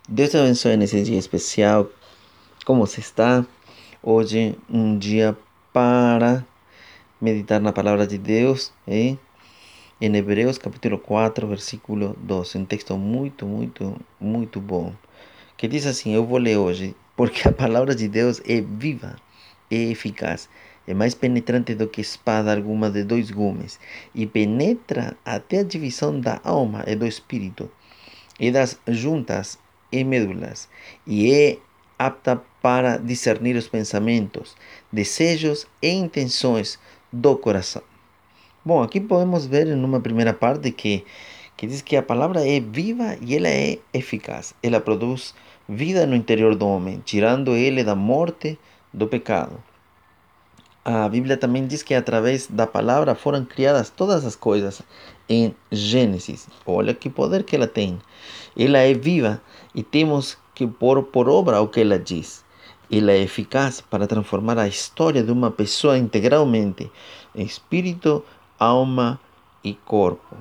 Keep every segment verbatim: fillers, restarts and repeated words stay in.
Deus te abençoe nesse dia especial. Como você está? Hoje, um dia para meditar na palavra de Deus, hein? Em Hebreus capítulo quatro, versículo doze. Um texto muito, muito, muito bom. Que diz assim: Eu vou ler hoje, porque a palavra de Deus é viva, é eficaz, é mais penetrante do que espada alguma de dois gumes, e penetra até a divisão da alma e do espírito, e das juntas e médulas, e é apta para discernir os pensamentos, desejos e intenções do coração. Bom, aqui podemos ver em uma primeira parte que, que diz que a palavra é viva e ela é eficaz. Ela produz vida no interior do homem, tirando ele da morte do pecado. A Bíblia também diz que através da palavra foram criadas todas as coisas em Gênesis. Olha que poder que ela tem. Ela é viva e temos que pôr por obra o que ela diz. Ela é eficaz para transformar a história de uma pessoa integralmente, em espírito, alma e corpo.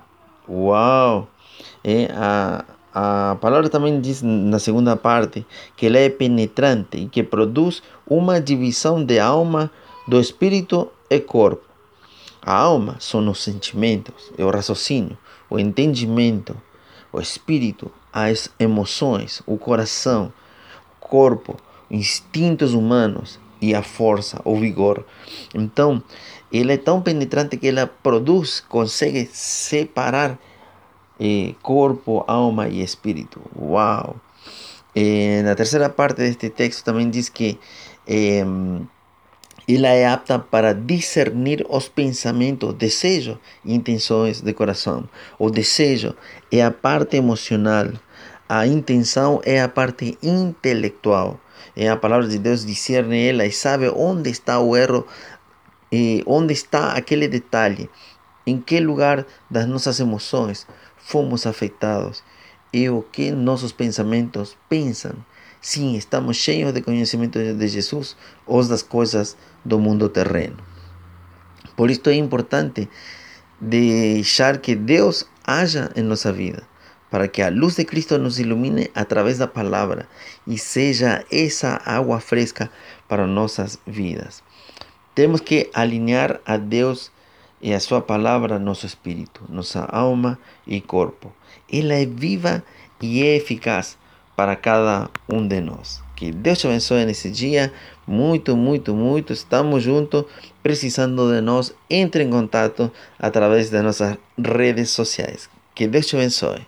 Uau! É, a, a palavra também diz na segunda parte que ela é penetrante e que produz uma divisão de alma, do espírito e corpo. A alma são os sentimentos, é o raciocínio, o entendimento, o espírito, as emoções, o coração, o corpo, instintos humanos e a força, o vigor. Então, ela é tão penetrante que ela produz, consegue separar eh, corpo, alma e espírito. Uau! Eh, na terceira parte deste texto também diz que eh, ela é apta para discernir os pensamentos, desejos e intenções de coração. O desejo é a parte emocional, a intenção é a parte intelectual. É a palavra de Deus discerne ela e sabe onde está o erro, e onde está aquele detalhe, em que lugar das nossas emoções fomos afetados e o que nossos pensamentos pensam. Sim, estamos cheios de conhecimento de Jesus ou das coisas do mundo terreno. Por isso é importante deixar que Deus haja em nossa vida, para que a luz de Cristo nos ilumine através da palavra e seja essa água fresca para nossas vidas. Temos que alinhar a Deus e a sua palavra nosso espírito, nossa alma e corpo. Ela é viva e é eficaz para cada um de nós. Que Deus te abençoe nesse dia. Muito, muito, muito. Estamos juntos. Precisando de nós, entre em contato através das nossas redes sociais. Que Deus te abençoe.